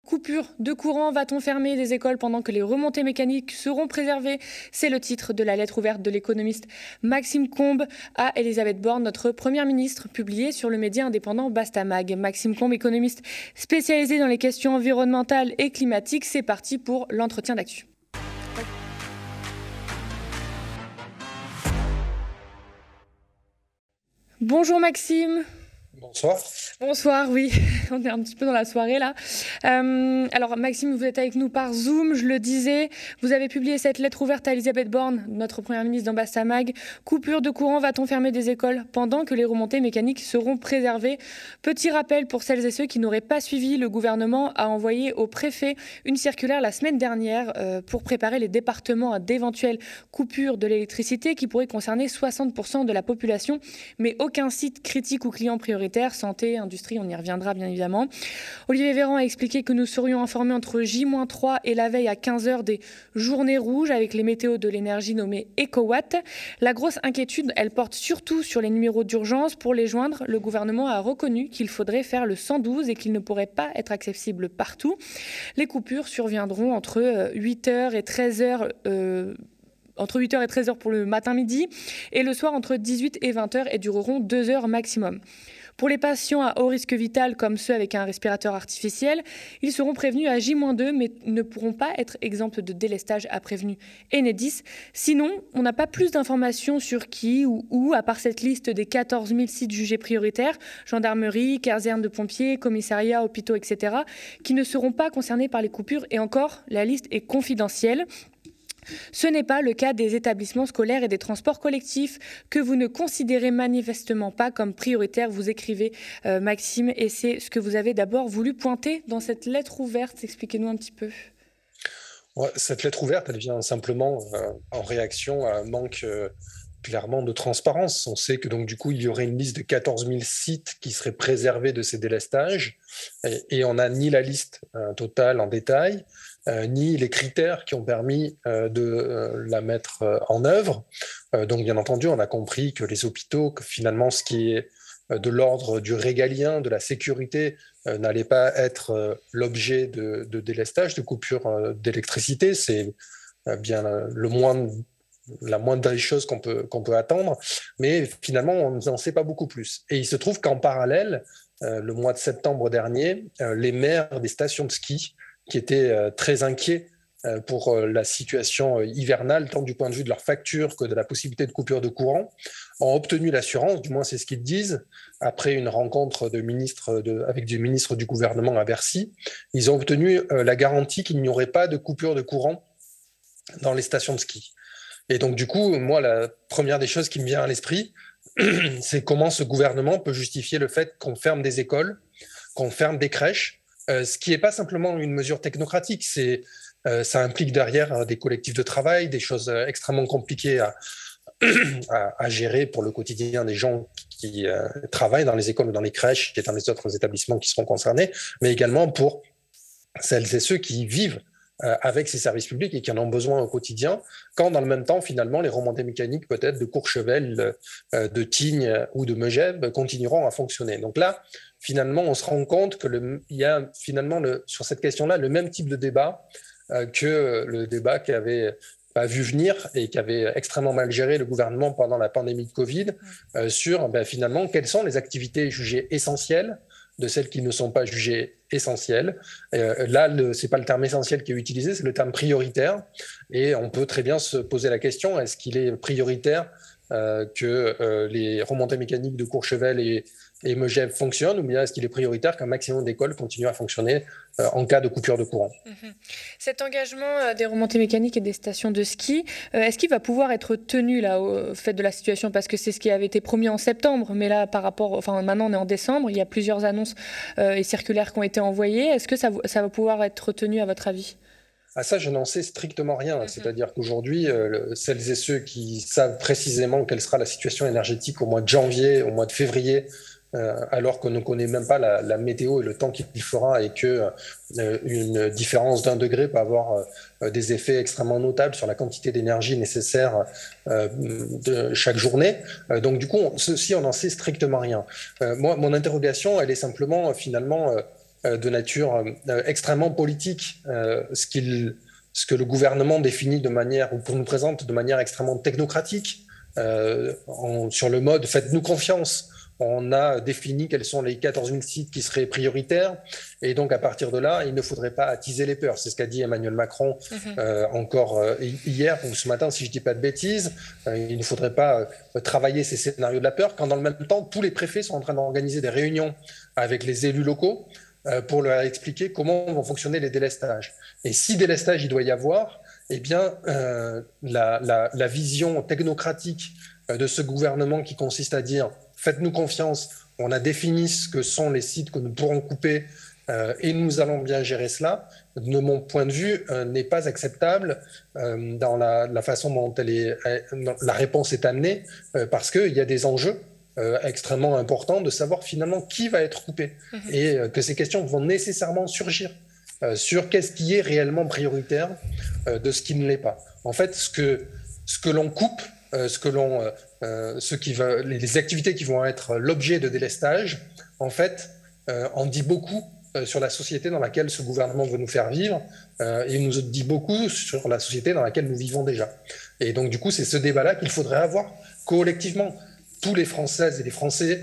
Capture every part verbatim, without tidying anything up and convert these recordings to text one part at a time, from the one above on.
Coupure de courant, va-t-on fermer des écoles pendant que les remontées mécaniques seront préservées? C'est le titre de la lettre ouverte de l'économiste Maxime Combes à Elisabeth Borne, notre première ministre, publiée sur le média indépendant Bastamag. Maxime Combes, économiste spécialisé dans les questions environnementales et climatiques. C'est parti pour l'entretien d'actu. Bonjour Maxime. Bonsoir. Bonsoir, oui, on est un petit peu dans la soirée là. Euh, alors Maxime, vous êtes avec nous par Zoom, je le disais. Vous avez publié cette lettre ouverte à Elisabeth Borne, notre première ministre dans Bastamag. Coupure de courant, va-t-on fermer des écoles pendant que les remontées mécaniques seront préservées? Petit rappel pour celles et ceux qui n'auraient pas suivi, le gouvernement a envoyé au préfet une circulaire la semaine dernière euh, pour préparer les départements à d'éventuelles coupures de l'électricité qui pourraient concerner soixante pour cent de la population, mais aucun site critique ou client prioritaire. Santé, industrie, on y reviendra bien évidemment. Olivier Véran a expliqué que nous serions informés entre J trois et la veille à quinze heures des journées rouges avec les météos de l'énergie nommées EcoWatt. La grosse inquiétude, elle porte surtout sur les numéros d'urgence. Pour les joindre, le gouvernement a reconnu qu'il faudrait faire le cent douze et qu'il ne pourrait pas être accessible partout. Les coupures surviendront entre huit heures et treize heures euh, entre huit heures et treize heures pour le matin-midi et le soir entre dix-huit et vingt heures et dureront deux heures maximum. Pour les patients à haut risque vital, comme ceux avec un respirateur artificiel, ils seront prévenus à J deux, mais ne pourront pas être exemples de délestage à prévenu Enedis. Sinon, on n'a pas plus d'informations sur qui ou où, à part cette liste des quatorze mille sites jugés prioritaires, gendarmerie, casernes de pompiers, commissariats, hôpitaux, et cetera, qui ne seront pas concernés par les coupures. Et encore, la liste est confidentielle. Ce n'est pas le cas des établissements scolaires et des transports collectifs que vous ne considérez manifestement pas comme prioritaires, vous écrivez euh, Maxime, et c'est ce que vous avez d'abord voulu pointer dans cette lettre ouverte. Expliquez-nous un petit peu. Ouais, cette lettre ouverte, elle vient simplement euh, en réaction à un manque euh, clairement de transparence. On sait que donc du coup, il y aurait une liste de quatorze mille sites qui seraient préservés de ces délestages, et, et on n'a ni la liste euh, totale en détail, Euh, ni les critères qui ont permis euh, de euh, la mettre euh, en œuvre. Euh, donc, bien entendu, on a compris que les hôpitaux, que finalement, ce qui est euh, de l'ordre du régalien, de la sécurité, euh, n'allait pas être euh, l'objet de, de délestage, de coupure euh, d'électricité. C'est euh, bien le moins, la moindre des choses qu'on peut, qu'on peut attendre. Mais finalement, on n'en sait pas beaucoup plus. Et il se trouve qu'en parallèle, euh, le mois de septembre dernier, euh, les maires des stations de ski qui étaient euh, très inquiets euh, pour euh, la situation euh, hivernale, tant du point de vue de leur facture que de la possibilité de coupure de courant, ont obtenu l'assurance, du moins c'est ce qu'ils disent, après une rencontre de ministres de, avec des ministres du gouvernement à Bercy, ils ont obtenu euh, la garantie qu'il n'y aurait pas de coupure de courant dans les stations de ski. Et donc du coup, moi, la première des choses qui me vient à l'esprit, c'est comment ce gouvernement peut justifier le fait qu'on ferme des écoles, qu'on ferme des crèches, Euh, ce qui n'est pas simplement une mesure technocratique, c'est, euh, ça implique derrière euh, des collectifs de travail, des choses euh, extrêmement compliquées à, à, à gérer pour le quotidien des gens qui euh, travaillent dans les écoles ou dans les crèches et dans les autres établissements qui seront concernés, mais également pour celles et ceux qui vivent euh, avec ces services publics et qui en ont besoin au quotidien, quand dans le même temps, finalement, les remontées mécaniques peut-être de Courchevel, euh, de Tignes ou de Megève continueront à fonctionner. Donc là, finalement, on se rend compte qu'il y a finalement le, sur cette question-là le même type de débat euh, que le débat qui avait pas vu venir et qui avait extrêmement mal géré le gouvernement pendant la pandémie de Covid euh, sur ben, finalement quelles sont les activités jugées essentielles de celles qui ne sont pas jugées essentielles. Euh, là, ce n'est pas le terme essentiel qui est utilisé, c'est le terme prioritaire. Et on peut très bien se poser la question, est-ce qu'il est prioritaire euh, que euh, les remontées mécaniques de Courchevel et et Megève fonctionne, ou bien est-ce qu'il est prioritaire qu'un maximum d'écoles continuent à fonctionner euh, en cas de coupure de courant? Mmh. Cet engagement euh, des remontées mécaniques et des stations de ski, euh, est-ce qu'il va pouvoir être tenu là, au fait de la situation? Parce que c'est ce qui avait été promis en septembre, mais là, par rapport, enfin maintenant on est en décembre, il y a plusieurs annonces euh, et circulaires qui ont été envoyées. Est-ce que ça, ça va pouvoir être tenu à votre avis? À ça, je n'en sais strictement rien. Mmh. C'est-à-dire qu'aujourd'hui, euh, celles et ceux qui savent précisément quelle sera la situation énergétique au mois de janvier, au mois de février, Euh, alors qu'on ne connaît même pas la, la météo et le temps qu'il fera et qu'une euh, différence d'un degré peut avoir euh, des effets extrêmement notables sur la quantité d'énergie nécessaire euh, de chaque journée. Euh, donc du coup, on, ceci, on n'en sait strictement rien. Euh, moi, mon interrogation, elle est simplement euh, finalement... Euh, de nature extrêmement politique, ce, qu'il, ce que le gouvernement définit de manière, ou nous présente de manière extrêmement technocratique, euh, en, sur le mode « faites-nous confiance ». On a défini quels sont les quatorze mille sites qui seraient prioritaires. Et donc, à partir de là, il ne faudrait pas attiser les peurs. C'est ce qu'a dit Emmanuel Macron mmh. euh, encore euh, hier ou ce matin, si je ne dis pas de bêtises. Euh, il ne faudrait pas euh, travailler ces scénarios de la peur quand, dans le même temps, tous les préfets sont en train d'organiser des réunions avec les élus locaux euh, pour leur expliquer comment vont fonctionner les délestages. Et si délestage il doit y avoir, eh bien, euh, la, la, la vision technocratique de ce gouvernement qui consiste à dire « faites-nous confiance, on a défini ce que sont les sites que nous pourrons couper euh, et nous allons bien gérer cela », de mon point de vue, euh, n'est pas acceptable euh, dans la, la façon dont elle est, la réponse est amenée, euh, parce qu'il y a des enjeux euh, extrêmement importants de savoir finalement qui va être coupé mmh. et euh, que ces questions vont nécessairement surgir euh, sur qu'est-ce qui est réellement prioritaire euh, de ce qui ne l'est pas. En fait, ce que, ce que l'on coupe, Euh, ce que l'on, euh, ce qui va, les, les activités qui vont être l'objet de délestage, en fait, euh, en dit beaucoup euh, sur la société dans laquelle ce gouvernement veut nous faire vivre, euh, et il nous dit beaucoup sur la société dans laquelle nous vivons déjà. Et donc, du coup, c'est ce débat-là qu'il faudrait avoir collectivement. Tous les Françaises et les Français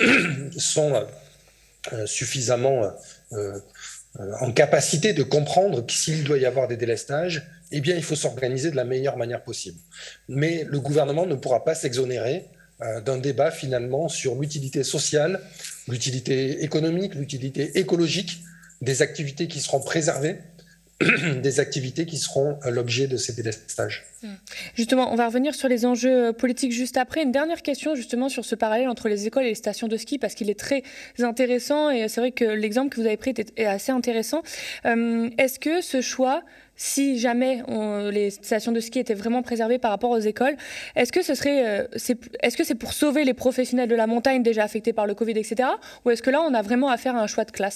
sont euh, suffisamment euh, en capacité de comprendre que s'il doit y avoir des délestages, eh bien, il faut s'organiser de la meilleure manière possible. Mais le gouvernement ne pourra pas s'exonérer euh, d'un débat finalement sur l'utilité sociale, l'utilité économique, l'utilité écologique des activités qui seront préservées, des activités qui seront l'objet de ces délestages. Justement, on va revenir sur les enjeux politiques juste après. Une dernière question justement sur ce parallèle entre les écoles et les stations de ski, parce qu'il est très intéressant et c'est vrai que l'exemple que vous avez pris est assez intéressant. Euh, est-ce que ce choix, si jamais on, les stations de ski étaient vraiment préservées par rapport aux écoles, est-ce que ce serait, euh, c'est, est-ce que c'est pour sauver les professionnels de la montagne déjà affectés par le Covid, et cetera, ou est-ce que là on a vraiment à faire un choix de classe ?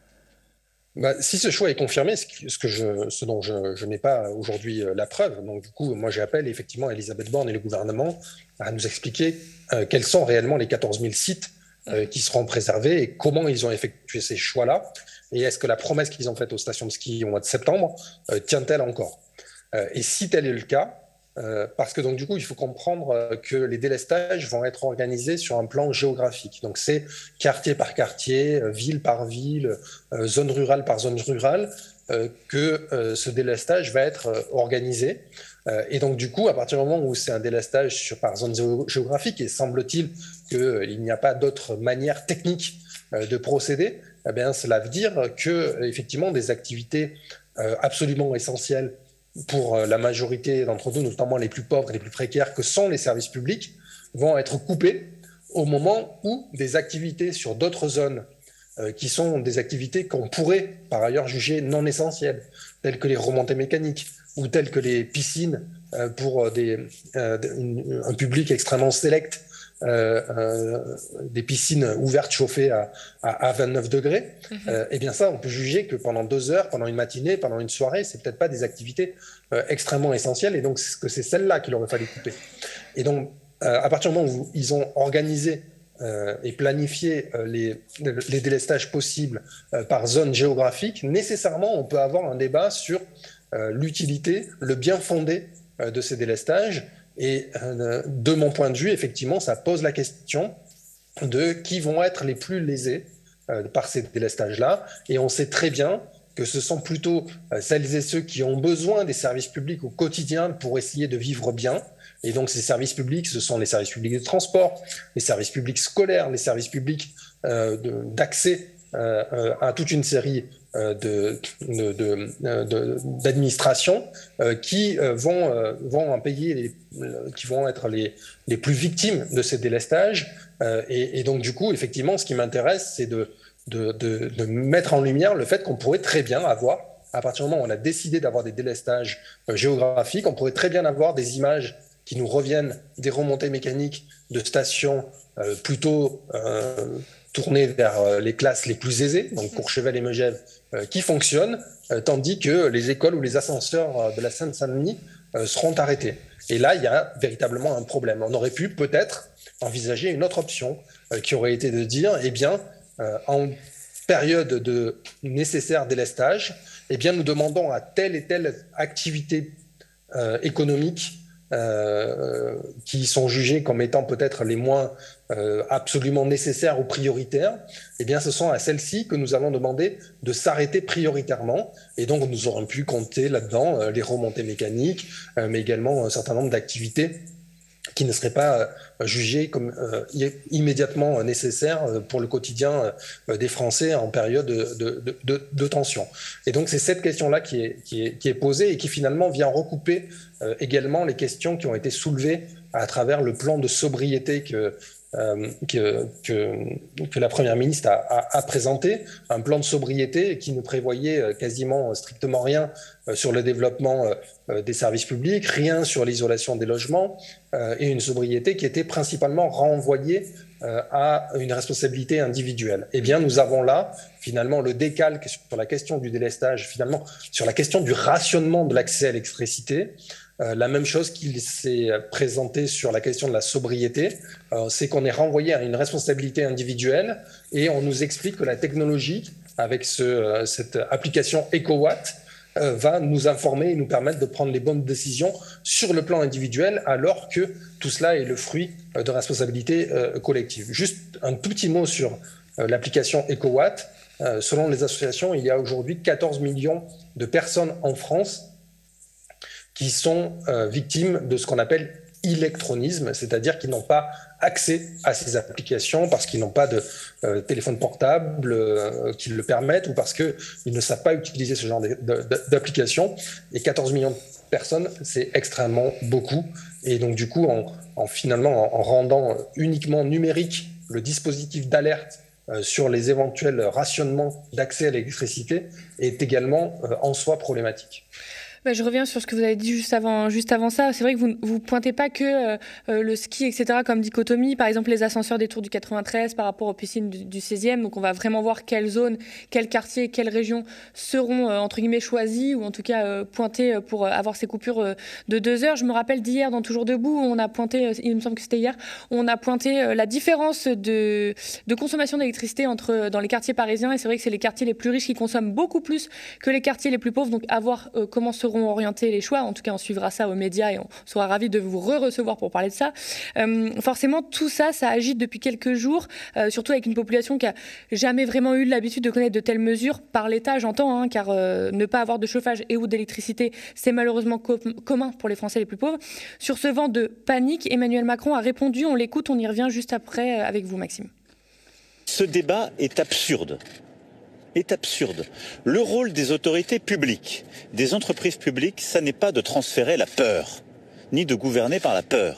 Bah, si ce choix est confirmé, ce, que je, ce dont je, je n'ai pas aujourd'hui la preuve, donc du coup, moi j'appelle effectivement Elisabeth Borne et le gouvernement à nous expliquer euh, quels sont réellement les quatorze mille sites euh, qui seront préservés et comment ils ont effectué ces choix-là, et est-ce que la promesse qu'ils ont faite aux stations de ski au mois de septembre euh, tient-elle encore euh, Et si tel est le cas, Euh, parce que donc du coup, il faut comprendre euh, que les délestages vont être organisés sur un plan géographique. Donc c'est quartier par quartier, euh, ville par ville, euh, zone rurale par zone rurale, euh, que euh, ce délestage va être euh, organisé. Euh, et donc du coup, à partir du moment où c'est un délestage sur, par zone géographique, et semble-t-il qu'il euh, n'y a pas d'autre manière technique euh, de procéder, eh bien, cela veut dire que effectivement des activités euh, absolument essentielles pour la majorité d'entre nous, notamment les plus pauvres et les plus précaires, que sont les services publics, vont être coupés au moment où des activités sur d'autres zones, euh, qui sont des activités qu'on pourrait par ailleurs juger non essentielles, telles que les remontées mécaniques ou telles que les piscines euh, pour des, euh, une, un public extrêmement sélect, Euh, euh, des piscines ouvertes chauffées à, à, à vingt-neuf degrés, mmh. euh, eh bien ça, on peut juger que pendant deux heures, pendant une matinée, pendant une soirée, c'est peut-être pas des activités euh, extrêmement essentielles, et donc c'est que c'est celle-là qu'il aurait fallu couper. Et donc, euh, à partir du moment où ils ont organisé euh, et planifié euh, les, les délestages possibles euh, par zone géographique, nécessairement, on peut avoir un débat sur euh, l'utilité, le bien fondé euh, de ces délestages. Et euh, de mon point de vue, effectivement, ça pose la question de qui vont être les plus lésés euh, par ces délestages-là. Et on sait très bien que ce sont plutôt euh, celles et ceux qui ont besoin des services publics au quotidien pour essayer de vivre bien. Et donc ces services publics, ce sont les services publics de transport, les services publics scolaires, les services publics euh, de, d'accès euh, à toute une série De, de, de, de, d'administration euh, qui euh, vont, euh, vont en payer, les, qui vont être les, les plus victimes de ces délestages. Euh, et, et donc, du coup, effectivement, ce qui m'intéresse, c'est de, de, de, de mettre en lumière le fait qu'on pourrait très bien avoir, à partir du moment où on a décidé d'avoir des délestages euh, géographiques, on pourrait très bien avoir des images qui nous reviennent des remontées mécaniques de stations euh, plutôt euh, tournées vers les classes les plus aisées, donc Courchevel et Megève, euh, qui fonctionnent, euh, tandis que les écoles ou les ascenseurs de la Seine-Saint-Denis euh, seront arrêtés. Et là, il y a véritablement un problème. On aurait pu peut-être envisager une autre option euh, qui aurait été de dire, eh bien, euh, en période de nécessaire délestage, eh bien, nous demandons à telle et telle activité euh, économique euh, qui sont jugées comme étant peut-être les moins euh, absolument nécessaires ou prioritaires, eh bien, ce sont à celles-ci que nous allons demander de s'arrêter prioritairement. Et donc, nous aurons pu compter là-dedans euh, les remontées mécaniques, euh, mais également un certain nombre d'activités qui ne seraient pas euh, jugées comme euh, immédiatement nécessaires pour le quotidien euh, des Français en période de, de, de, de tension. Et donc, c'est cette question-là qui est, qui, est, qui est posée et qui finalement vient recouper euh, également les questions qui ont été soulevées à travers le plan de sobriété que, euh, que, que, que la Première ministre a, a, a présenté, un plan de sobriété qui ne prévoyait quasiment strictement rien sur le développement euh, des services publics, rien sur l'isolation des logements, euh, et une sobriété qui était principalement renvoyée euh, à une responsabilité individuelle. Eh bien, nous avons là, finalement, le décalque sur la question du délestage, finalement, sur la question du rationnement de l'accès à l'électricité. Euh, la même chose qu'il s'est présenté sur la question de la sobriété, euh, c'est qu'on est renvoyé à une responsabilité individuelle et on nous explique que la technologie, avec ce, euh, cette application EcoWatt, euh, va nous informer et nous permettre de prendre les bonnes décisions sur le plan individuel, alors que tout cela est le fruit euh, de responsabilités euh, collectives. Juste un tout petit mot sur euh, l'application EcoWatt. Euh, selon les associations, il y a aujourd'hui quatorze millions de personnes en France qui sont euh, victimes de ce qu'on appelle illectronisme, c'est-à-dire qu'ils n'ont pas accès à ces applications parce qu'ils n'ont pas de euh, téléphone portable euh, qui le permettent ou parce qu'ils ne savent pas utiliser ce genre d'applications. Et quatorze millions de personnes, c'est extrêmement beaucoup. Et donc du coup, en, en finalement, en, en rendant uniquement numérique le dispositif d'alerte euh, sur les éventuels rationnements d'accès à l'électricité est également euh, en soi problématique. Bah, je reviens sur ce que vous avez dit juste avant, juste avant ça. C'est vrai que vous vous pointez pas que euh, le ski, et cetera, comme dichotomie. Par exemple, les ascenseurs des tours du quatre-vingt-treize par rapport aux piscines du, du seizième. Donc, on va vraiment voir quelles zones, quels quartiers, quelles régions seront, euh, entre guillemets, choisies ou en tout cas euh, pointées pour avoir ces coupures euh, de deux heures. Je me rappelle d'hier, dans Toujours Debout, on a pointé, il me semble que c'était hier, on a pointé euh, la différence de, de consommation d'électricité entre dans les quartiers parisiens. Et c'est vrai que c'est les quartiers les plus riches qui consomment beaucoup plus que les quartiers les plus pauvres. Donc, à voir euh, comment seront orienter les choix. En tout cas, on suivra ça aux médias et on sera ravis de vous re-recevoir pour parler de ça. Euh, forcément, tout ça, ça agite depuis quelques jours, euh, surtout avec une population qui a jamais vraiment eu l'habitude de connaître de telles mesures par l'État, j'entends, hein, car euh, ne pas avoir de chauffage et ou d'électricité, c'est malheureusement co- commun pour les Français les plus pauvres. Sur ce vent de panique, Emmanuel Macron a répondu, on l'écoute, on y revient juste après avec vous, Maxime. Ce débat est absurde. est absurde. Le rôle des autorités publiques, des entreprises publiques, ça n'est pas de transférer la peur, ni de gouverner par la peur.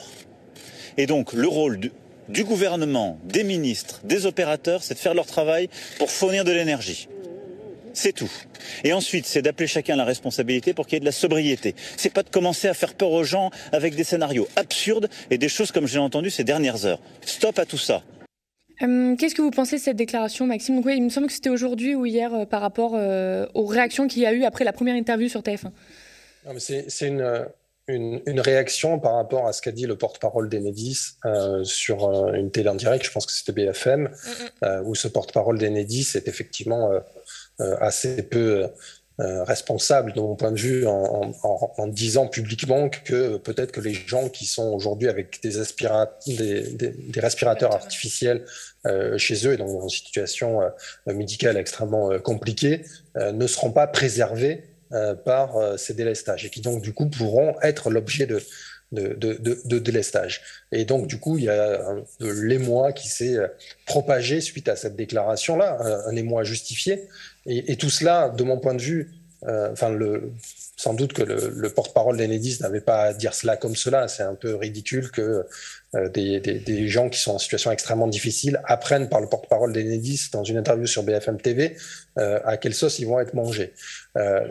Et donc, le rôle du, du gouvernement, des ministres, des opérateurs, c'est de faire leur travail pour fournir de l'énergie. C'est tout. Et ensuite, c'est d'appeler chacun à la responsabilité pour qu'il y ait de la sobriété. C'est pas de commencer à faire peur aux gens avec des scénarios absurdes et des choses comme j'ai entendu ces dernières heures. Stop à tout ça. Euh, qu'est-ce que vous pensez de cette déclaration, Maxime? Donc, oui, il me semble que c'était aujourd'hui ou hier euh, par rapport euh, aux réactions qu'il y a eu après la première interview sur T F un. Non, mais c'est, c'est une, une, une réaction par rapport à ce qu'a dit le porte-parole d'Enedis euh, sur euh, une télé en direct, je pense que c'était B F M, mm-hmm. euh, où ce porte-parole d'Enedis est effectivement euh, euh, assez peu euh, responsable, de mon point de vue, en, en, en disant publiquement que peut-être que les gens qui sont aujourd'hui avec des, aspira- des, des, des respirateurs artificiels euh, chez eux et dans une situation euh, médicale extrêmement euh, compliquée euh, ne seront pas préservés euh, par euh, ces délestages et qui donc du coup pourront être l'objet de De, de, de, de délestage. Et donc, du coup, il y a un, de l'émoi qui s'est propagé suite à cette déclaration-là, un, un émoi justifié. Et, et tout cela, de mon point de vue, euh, enfin, le, sans doute que le, le porte-parole d'Enedis n'avait pas à dire cela comme cela. C'est un peu ridicule que euh, des, des, des gens qui sont en situation extrêmement difficile apprennent par le porte-parole d'Enedis dans une interview sur B F M T V euh, à quelle sauce ils vont être mangés. Euh,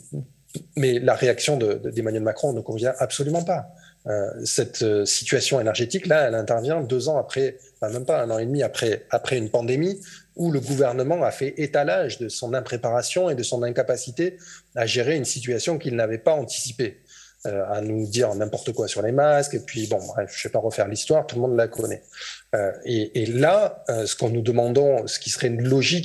mais la réaction de, de, d'Emmanuel Macron ne convient absolument pas. Euh, cette euh, situation énergétique-là, elle intervient deux ans après, enfin même pas un an et demi après, après une pandémie où le gouvernement a fait étalage de son impréparation et de son incapacité à gérer une situation qu'il n'avait pas anticipée. Euh, à nous dire n'importe quoi sur les masques, et puis bon, bref, je ne vais pas refaire l'histoire, tout le monde la connaît. Euh, et, et là, euh, ce qu'on nous demandons, ce qui serait une logique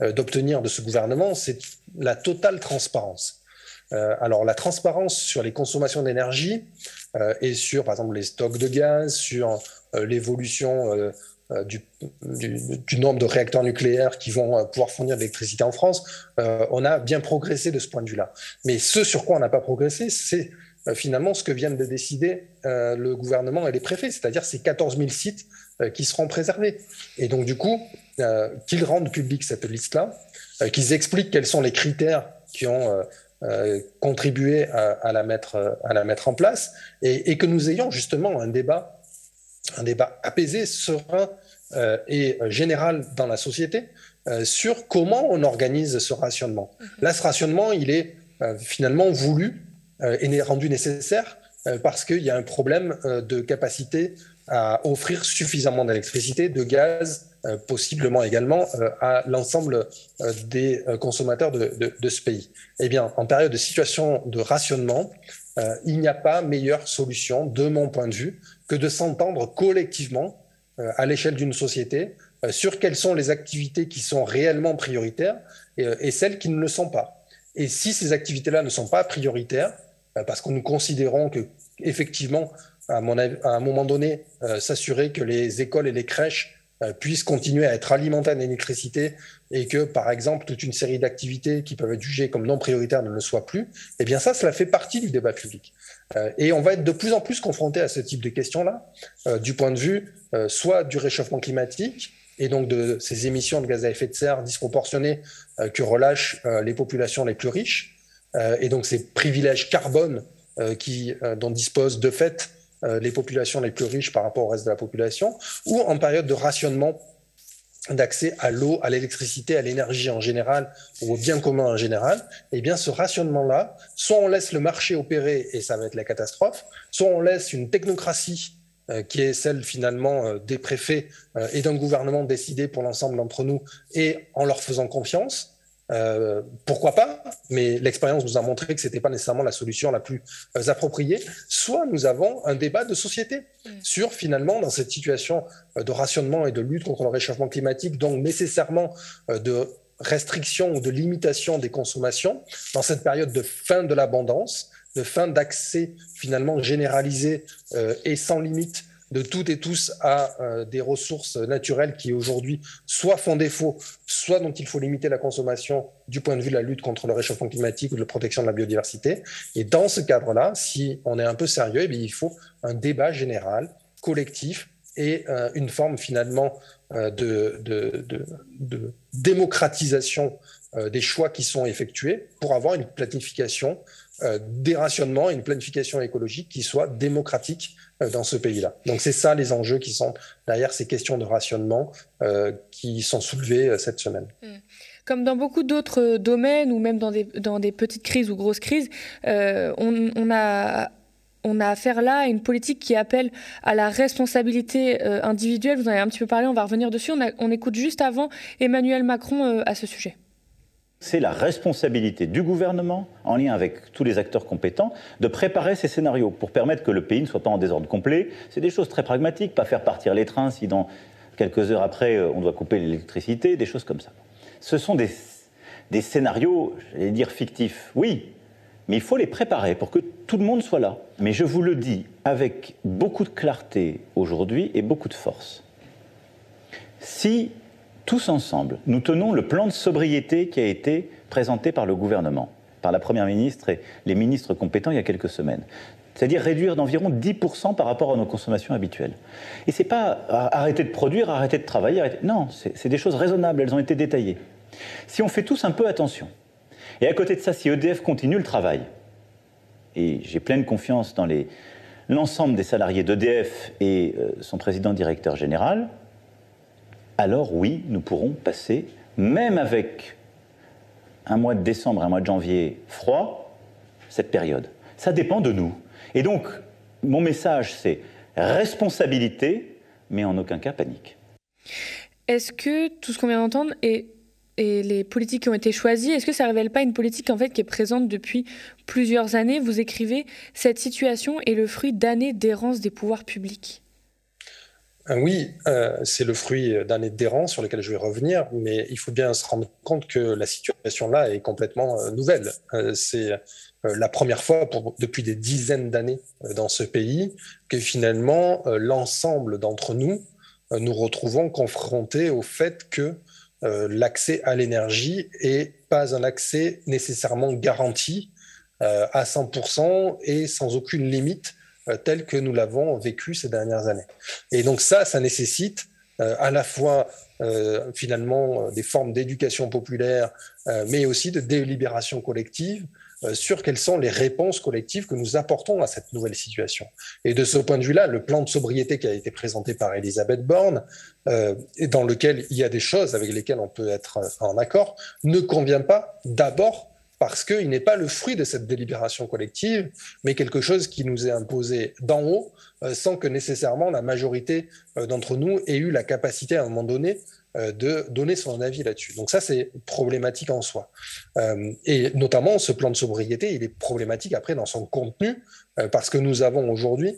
euh, d'obtenir de ce gouvernement, c'est la totale transparence. Euh, alors, la transparence sur les consommations d'énergie euh, et sur, par exemple, les stocks de gaz, sur euh, l'évolution euh, euh, du, du, du nombre de réacteurs nucléaires qui vont euh, pouvoir fournir de l'électricité en France, euh, on a bien progressé de ce point de vue-là. Mais ce sur quoi on n'a pas progressé, c'est euh, finalement ce que viennent de décider euh, le gouvernement et les préfets, c'est-à-dire ces quatorze mille sites euh, qui seront préservés. Et donc, du coup, euh, qu'ils rendent publique cette liste-là, euh, qu'ils expliquent quels sont les critères qui ont... Euh, Euh, contribuer à, à, la mettre, à la mettre en place et, et que nous ayons justement un débat, un débat apaisé, serein euh, et général dans la société euh, sur comment on organise ce rationnement. Là, ce rationnement, il est euh, finalement voulu euh, et rendu nécessaire euh, parce qu'il y a un problème euh, de capacité à offrir suffisamment d'électricité, de gaz, Euh, possiblement également euh, à l'ensemble euh, des euh, consommateurs de, de, de ce pays. Eh bien, en période de situation de rationnement, euh, il n'y a pas meilleure solution, de mon point de vue, que de s'entendre collectivement euh, à l'échelle d'une société euh, sur quelles sont les activités qui sont réellement prioritaires et, et celles qui ne le sont pas. Et si ces activités-là ne sont pas prioritaires, euh, parce que nous considérons que, effectivement, à, mon avis, à un moment donné, euh, s'assurer que les écoles et les crèches puissent continuer à être alimentés en électricité et que, par exemple, toute une série d'activités qui peuvent être jugées comme non prioritaires ne le soient plus, eh bien ça, cela fait partie du débat public. Euh, et on va être de plus en plus confronté à ce type de questions-là, euh, du point de vue euh, soit du réchauffement climatique et donc de ces émissions de gaz à effet de serre disproportionnées euh, que relâchent euh, les populations les plus riches, euh, et donc ces privilèges carbone euh, qui, euh, dont disposent de fait les populations les plus riches par rapport au reste de la population, ou en période de rationnement d'accès à l'eau, à l'électricité, à l'énergie en général, ou au bien commun en général, eh bien ce rationnement-là, soit on laisse le marché opérer et ça va être la catastrophe, soit on laisse une technocratie euh, qui est celle finalement euh, des préfets euh, et d'un gouvernement décidé pour l'ensemble d'entre nous et en leur faisant confiance. Euh, pourquoi pas, mais l'expérience nous a montré que ce n'était pas nécessairement la solution la plus euh, appropriée. Soit nous avons un débat de société mmh. sur finalement, dans cette situation euh, de rationnement et de lutte contre le réchauffement climatique, donc nécessairement euh, de restriction ou de limitation des consommations, dans cette période de fin de l'abondance, de fin d'accès finalement généralisé euh, et sans limite de toutes et tous à euh, des ressources naturelles qui aujourd'hui soit font défaut, soit dont il faut limiter la consommation du point de vue de la lutte contre le réchauffement climatique ou de la protection de la biodiversité. Et dans ce cadre-là, si on est un peu sérieux, eh bien, il faut un débat général, collectif et euh, une forme finalement euh, de, de, de, de démocratisation euh, des choix qui sont effectués pour avoir une planification euh, des rationnements et une planification écologique qui soit démocratique dans ce pays-là. Donc c'est ça les enjeux qui sont derrière ces questions de rationnement euh, qui sont soulevées euh, cette semaine. Comme dans beaucoup d'autres domaines ou même dans des, dans des petites crises ou grosses crises, euh, on, on a... On a affaire là à une politique qui appelle à la responsabilité euh, individuelle. Vous en avez un petit peu parlé, on va revenir dessus. On, a, on écoute juste avant Emmanuel Macron euh, à ce sujet. C'est la responsabilité du gouvernement, en lien avec tous les acteurs compétents, de préparer ces scénarios pour permettre que le pays ne soit pas en désordre complet. C'est des choses très pragmatiques, pas faire partir les trains si dans quelques heures après on doit couper l'électricité, des choses comme ça. Ce sont des, des scénarios, j'allais dire fictifs, oui, mais il faut les préparer pour que tout le monde soit là. Mais je vous le dis avec beaucoup de clarté aujourd'hui et beaucoup de force. Si tous ensemble, nous tenons le plan de sobriété qui a été présenté par le gouvernement, par la Première ministre et les ministres compétents il y a quelques semaines, c'est-à-dire réduire d'environ dix pour cent par rapport à nos consommations habituelles. Et ce n'est pas arrêter de produire, arrêter de travailler, arrêter... non, c'est des choses raisonnables, elles ont été détaillées. Si on fait tous un peu attention, et à côté de ça, si E D F continue le travail, et j'ai pleine confiance dans les, l'ensemble des salariés d'E D F et euh, son président-directeur général, alors oui, nous pourrons passer, même avec un mois de décembre, un mois de janvier froid, cette période. Ça dépend de nous. Et donc, mon message, c'est responsabilité, mais en aucun cas panique. Est-ce que tout ce qu'on vient d'entendre est et les politiques qui ont été choisies, est-ce que ça ne révèle pas une politique en fait, qui est présente depuis plusieurs années? Vous écrivez « Cette situation est le fruit d'années d'errance des pouvoirs publics ». Oui, euh, c'est le fruit d'un état d'errance sur lequel je vais revenir, mais il faut bien se rendre compte que la situation là est complètement euh, nouvelle. Euh, c'est euh, la première fois pour, depuis des dizaines d'années euh, dans ce pays que finalement euh, l'ensemble d'entre nous euh, nous retrouvons confrontés au fait que euh, l'accès à l'énergie est pas un accès nécessairement garanti euh, à cent pour cent et sans aucune limite euh, tel que nous l'avons vécu ces dernières années. Et donc ça, ça nécessite euh, à la fois euh, finalement des formes d'éducation populaire, euh, mais aussi de délibération collective euh, sur quelles sont les réponses collectives que nous apportons à cette nouvelle situation. Et de ce point de vue-là, le plan de sobriété qui a été présenté par Elisabeth Borne, euh, et dans lequel il y a des choses avec lesquelles on peut être en accord, ne convient pas d'abord parce qu'il n'est pas le fruit de cette délibération collective, mais quelque chose qui nous est imposé d'en haut, euh, sans que nécessairement la majorité euh, d'entre nous ait eu la capacité à un moment donné euh, de donner son avis là-dessus. Donc ça, c'est problématique en soi. Euh, et notamment, ce plan de sobriété, il est problématique après dans son contenu, euh, parce que nous avons aujourd'hui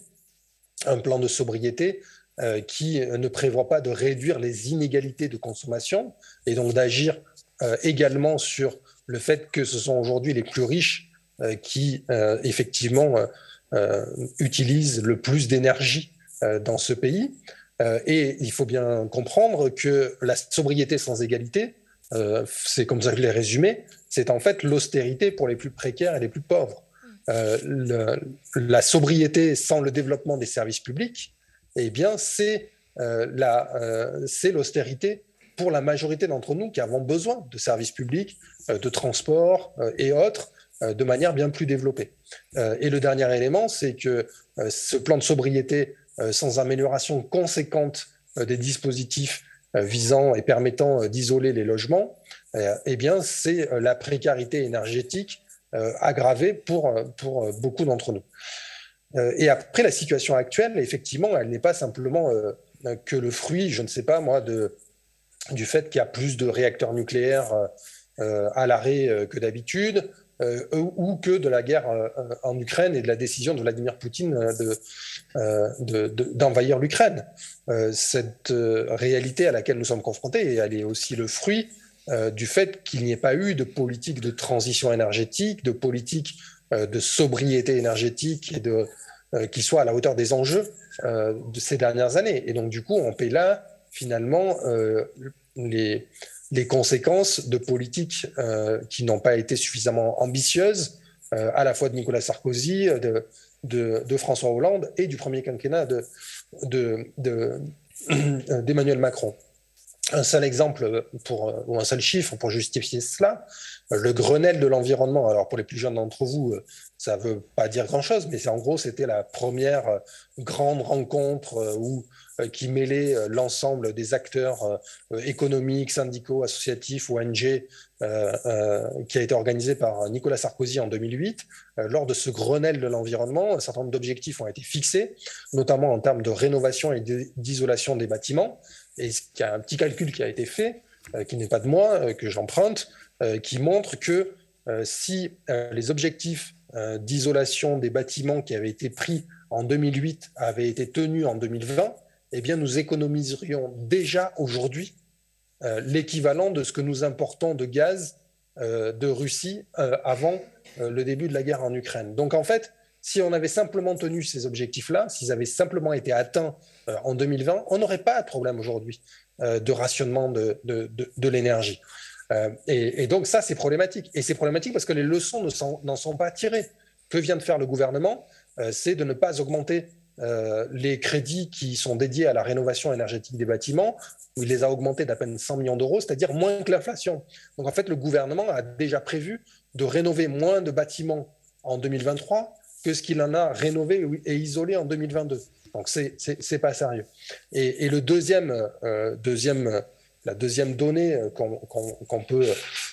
un plan de sobriété euh, qui ne prévoit pas de réduire les inégalités de consommation, et donc d'agir euh, également sur le fait que ce sont aujourd'hui les plus riches euh, qui, euh, effectivement, euh, euh, utilisent le plus d'énergie euh, dans ce pays. Euh, et il faut bien comprendre que la sobriété sans égalité, euh, c'est comme ça que je l'ai résumé, c'est en fait l'austérité pour les plus précaires et les plus pauvres. Euh, le, la sobriété sans le développement des services publics, eh bien, c'est euh, la, euh, c'est l'austérité pour la majorité d'entre nous qui avons besoin de services publics, euh, de transport euh, et autres, euh, de manière bien plus développée. Euh, et le dernier élément, c'est que euh, ce plan de sobriété, euh, sans amélioration conséquente euh, des dispositifs euh, visant et permettant euh, d'isoler les logements, euh, eh bien, c'est euh, la précarité énergétique euh, aggravée pour, pour beaucoup d'entre nous. Euh, et après, la situation actuelle, effectivement, elle n'est pas simplement euh, que le fruit, je ne sais pas moi, de du fait qu'il y a plus de réacteurs nucléaires euh, à l'arrêt euh, que d'habitude, euh, ou que de la guerre euh, en Ukraine et de la décision de Vladimir Poutine de, euh, de, de, d'envahir l'Ukraine. Euh, cette euh, réalité à laquelle nous sommes confrontés, elle est aussi le fruit euh, du fait qu'il n'y ait pas eu de politique de transition énergétique, de politique euh, de sobriété énergétique et de, euh, qui soit à la hauteur des enjeux euh, de ces dernières années. Et donc, du coup, on paie là finalement euh, les, les conséquences de politiques euh, qui n'ont pas été suffisamment ambitieuses, euh, à la fois de Nicolas Sarkozy, de, de, de François Hollande et du premier quinquennat de, de, de, d'Emmanuel Macron. Un seul exemple pour, ou un seul chiffre pour justifier cela, le Grenelle de l'environnement. Alors pour les plus jeunes d'entre vous, ça ne veut pas dire grand-chose, mais c'est, en gros, c'était la première grande rencontre où qui mêlait l'ensemble des acteurs euh, économiques, syndicaux, associatifs, O N G, euh, euh, qui a été organisé par Nicolas Sarkozy en deux mille huit. Euh, lors de ce Grenelle de l'environnement, un certain nombre d'objectifs ont été fixés, notamment en termes de rénovation et d'isolation des bâtiments. Et il y a un petit calcul qui a été fait, euh, qui n'est pas de moi, euh, que j'emprunte, euh, qui montre que euh, si euh, les objectifs euh, d'isolation des bâtiments qui avaient été pris en deux mille huit avaient été tenus en deux mille vingt, eh bien, nous économiserions déjà aujourd'hui euh, l'équivalent de ce que nous importons de gaz euh, de Russie euh, avant euh, le début de la guerre en Ukraine. Donc, en fait, si on avait simplement tenu ces objectifs-là, s'ils avaient simplement été atteints euh, en deux mille vingt, on n'aurait pas de problème aujourd'hui euh, de rationnement de, de, de, de l'énergie. Euh, et, et donc, ça, c'est problématique. Et c'est problématique parce que les leçons ne sont, n'en sont pas tirées. Que vient de faire le gouvernement ? euh, C'est de ne pas augmenter Euh, les crédits qui sont dédiés à la rénovation énergétique des bâtiments, où il les a augmentés d'à peine cent millions d'euros, c'est-à-dire moins que l'inflation. Donc en fait, le gouvernement a déjà prévu de rénover moins de bâtiments en deux mille vingt-trois que ce qu'il en a rénové et isolé en deux mille vingt-deux. Donc c'est, c'est, c'est pas sérieux. Et, et le deuxième, euh, deuxième, la deuxième donnée qu'on, qu'on, qu'on peut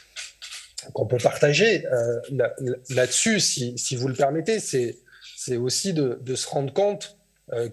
qu'on peut partager euh, là, là-dessus, si, si vous le permettez, c'est c'est aussi de, de se rendre compte euh,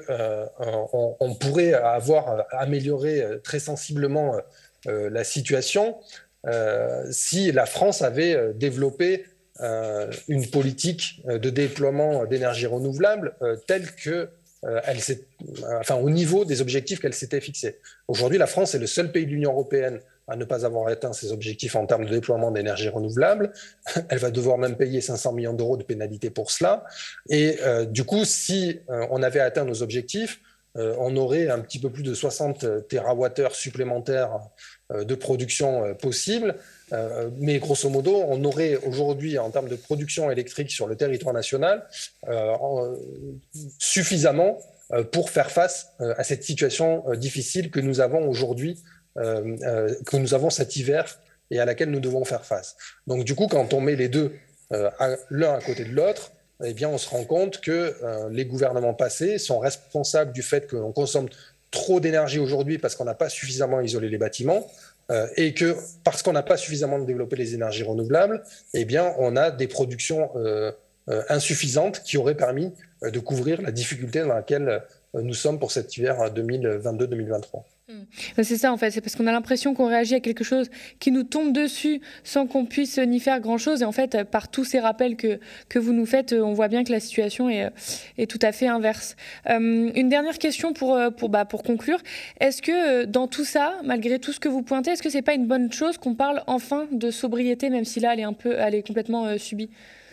qu'on euh, pourrait avoir amélioré très sensiblement euh, la situation euh, si la France avait développé euh, une politique de déploiement d'énergie renouvelable euh, telle que euh, elle s'est, enfin, au niveau des objectifs qu'elle s'était fixés. Aujourd'hui, la France est le seul pays de l'Union européenne à ne pas avoir atteint ses objectifs en termes de déploiement d'énergie renouvelable. Elle va devoir même payer cinq cents millions d'euros de pénalité pour cela. Et euh, du coup, si euh, on avait atteint nos objectifs, euh, on aurait un petit peu plus de soixante térawattheures supplémentaires euh, de production euh, possible. Euh, mais grosso modo, on aurait aujourd'hui, en termes de production électrique sur le territoire national, euh, en, suffisamment euh, pour faire face euh, à cette situation euh, difficile que nous avons aujourd'hui, euh, euh, que nous avons cet hiver et à laquelle nous devons faire face. Donc du coup, quand on met les deux euh, l'un à côté de l'autre, eh bien, on se rend compte que euh, les gouvernements passés sont responsables du fait qu'on consomme trop d'énergie aujourd'hui parce qu'on n'a pas suffisamment isolé les bâtiments. Euh, et que parce qu'on n'a pas suffisamment développé les énergies renouvelables, eh bien, on a des productions euh, euh, insuffisantes qui auraient permis euh, de couvrir la difficulté dans laquelle euh, nous sommes pour cet hiver deux mille vingt-deux deux mille vingt-trois. Mmh. C'est ça en fait, c'est parce qu'on a l'impression qu'on réagit à quelque chose qui nous tombe dessus sans qu'on puisse n'y faire grand-chose. Et en fait, par tous ces rappels que, que vous nous faites, on voit bien que la situation est, est tout à fait inverse. Euh, une dernière question pour, pour, bah, pour conclure. Est-ce que dans tout ça, malgré tout ce que vous pointez, est-ce que c'est pas une bonne chose qu'on parle enfin de sobriété, même si là, elle est, un peu, elle est complètement euh, subie ?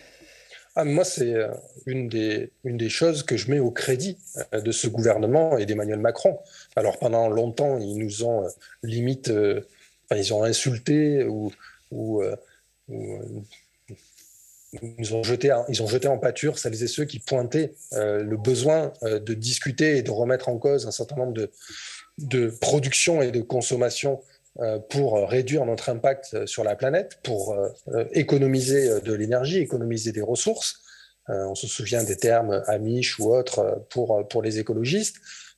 Ah, moi, c'est une des, une des choses que je mets au crédit de ce gouvernement et d'Emmanuel Macron. Alors, pendant longtemps, ils nous ont euh, limite, euh, enfin, ils ont insulté ou, ou, euh, ou euh, ils, ont jeté, ils ont jeté en pâture celles et ceux qui pointaient euh, le besoin euh, de discuter et de remettre en cause un certain nombre de, de productions et de consommations pour réduire notre impact sur la planète, pour économiser de l'énergie, économiser des ressources. On se souvient des termes Amish ou autres pour, pour les écologistes.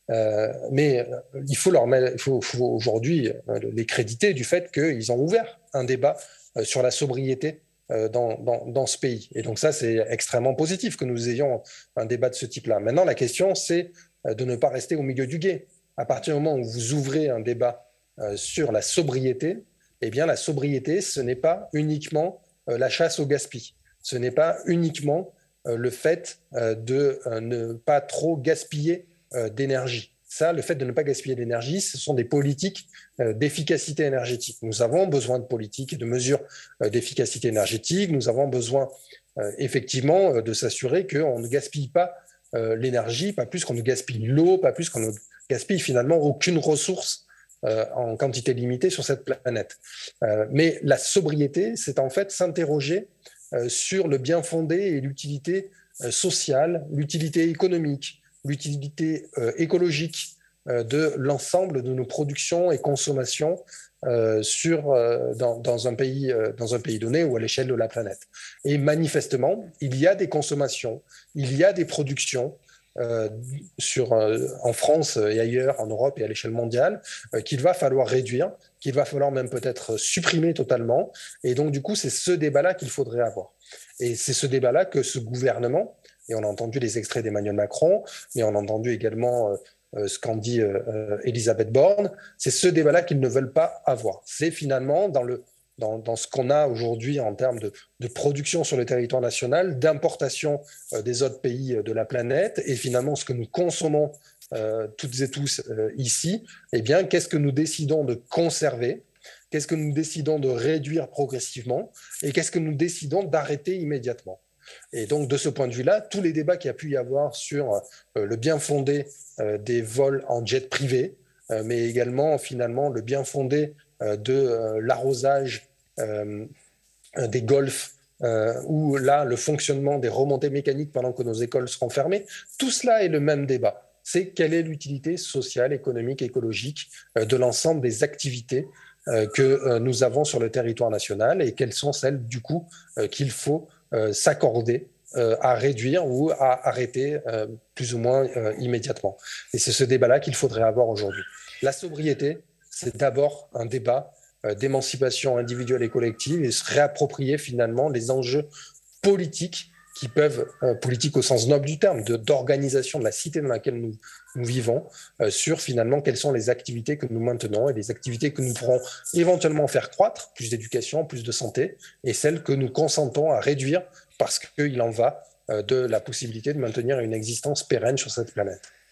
Mais il faut, leur mettre, il faut, faut aujourd'hui les créditer du fait qu'ils ont ouvert un débat sur la sobriété dans, dans, dans ce pays. Et donc ça, c'est extrêmement positif que nous ayons un débat de ce type-là. Maintenant, la question, c'est de ne pas rester au milieu du gué. À partir du moment où vous ouvrez un débat Euh, sur la sobriété, eh bien la sobriété, ce n'est pas uniquement euh, la chasse au gaspillage. Ce n'est pas uniquement euh, le fait euh, de euh, ne pas trop gaspiller euh, d'énergie. Ça, le fait de ne pas gaspiller d'énergie, ce sont des politiques euh, d'efficacité énergétique. Nous avons besoin de politiques et de mesures euh, d'efficacité énergétique. Nous avons besoin euh, effectivement euh, de s'assurer qu'on ne gaspille pas euh, l'énergie, pas plus qu'on ne gaspille l'eau, pas plus qu'on ne gaspille finalement aucune ressource Euh, en quantité limitée sur cette planète. Euh, mais la sobriété, c'est en fait s'interroger euh, sur le bien fondé et l'utilité euh, sociale, l'utilité économique, l'utilité euh, écologique euh, de l'ensemble de nos productions et consommations euh, sur, euh, dans, dans, un pays, euh, dans un pays donné ou à l'échelle de la planète. Et manifestement, il y a des consommations, il y a des productions Euh, sur, euh, en France et ailleurs, en Europe et à l'échelle mondiale, euh, qu'il va falloir réduire, qu'il va falloir même peut-être supprimer totalement. Et donc, du coup, c'est ce débat-là qu'il faudrait avoir. Et c'est ce débat-là que ce gouvernement, et on a entendu les extraits d'Emmanuel Macron, mais on a entendu également euh, ce qu'en dit euh, Elisabeth Borne, c'est ce débat-là qu'ils ne veulent pas avoir. C'est finalement dans le Dans, dans ce qu'on a aujourd'hui en termes de, de production sur le territoire national, d'importation euh, des autres pays de la planète, et finalement ce que nous consommons euh, toutes et tous euh, ici, eh bien, qu'est-ce que nous décidons de conserver, qu'est-ce que nous décidons de réduire progressivement, et qu'est-ce que nous décidons d'arrêter immédiatement. Et donc, de ce point de vue-là, tous les débats qu'il y a pu y avoir sur euh, le bien fondé euh, des vols en jet privé, euh, mais également, finalement, le bien fondé euh, de euh, l'arrosage Euh, des golfs, euh, où là, le fonctionnement des remontées mécaniques pendant que nos écoles seront fermées, tout cela est le même débat. C'est quelle est l'utilité sociale, économique, écologique euh, de l'ensemble des activités euh, que euh, nous avons sur le territoire national et quelles sont celles, du coup, euh, qu'il faut euh, s'accorder euh, à réduire ou à arrêter euh, plus ou moins euh, immédiatement. Et c'est ce débat-là qu'il faudrait avoir aujourd'hui. La sobriété, c'est d'abord un débat d'émancipation individuelle et collective et se réapproprier finalement les enjeux politiques qui peuvent, euh, politiques au sens noble du terme, de, d'organisation de la cité dans laquelle nous, nous vivons, euh, sur finalement quelles sont les activités que nous maintenons et les activités que nous pourrons éventuellement faire croître, plus d'éducation, plus de santé, et celles que nous consentons à réduire parce qu'il en va euh, de la possibilité de maintenir une existence pérenne sur cette planète.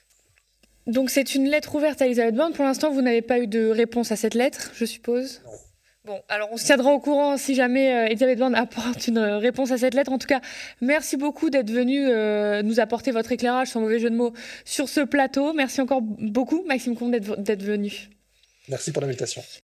Donc c'est une lettre ouverte à Elisabeth Borne. Pour l'instant, vous n'avez pas eu de réponse à cette lettre, je suppose? Non. Bon, alors on se tiendra au courant si jamais euh, Elisabeth Borne apporte une euh, réponse à cette lettre. En tout cas, merci beaucoup d'être venu euh, nous apporter votre éclairage, sans mauvais jeu de mots, sur ce plateau. Merci encore beaucoup, Maxime Combe, d'être d'être venu. Merci pour l'invitation.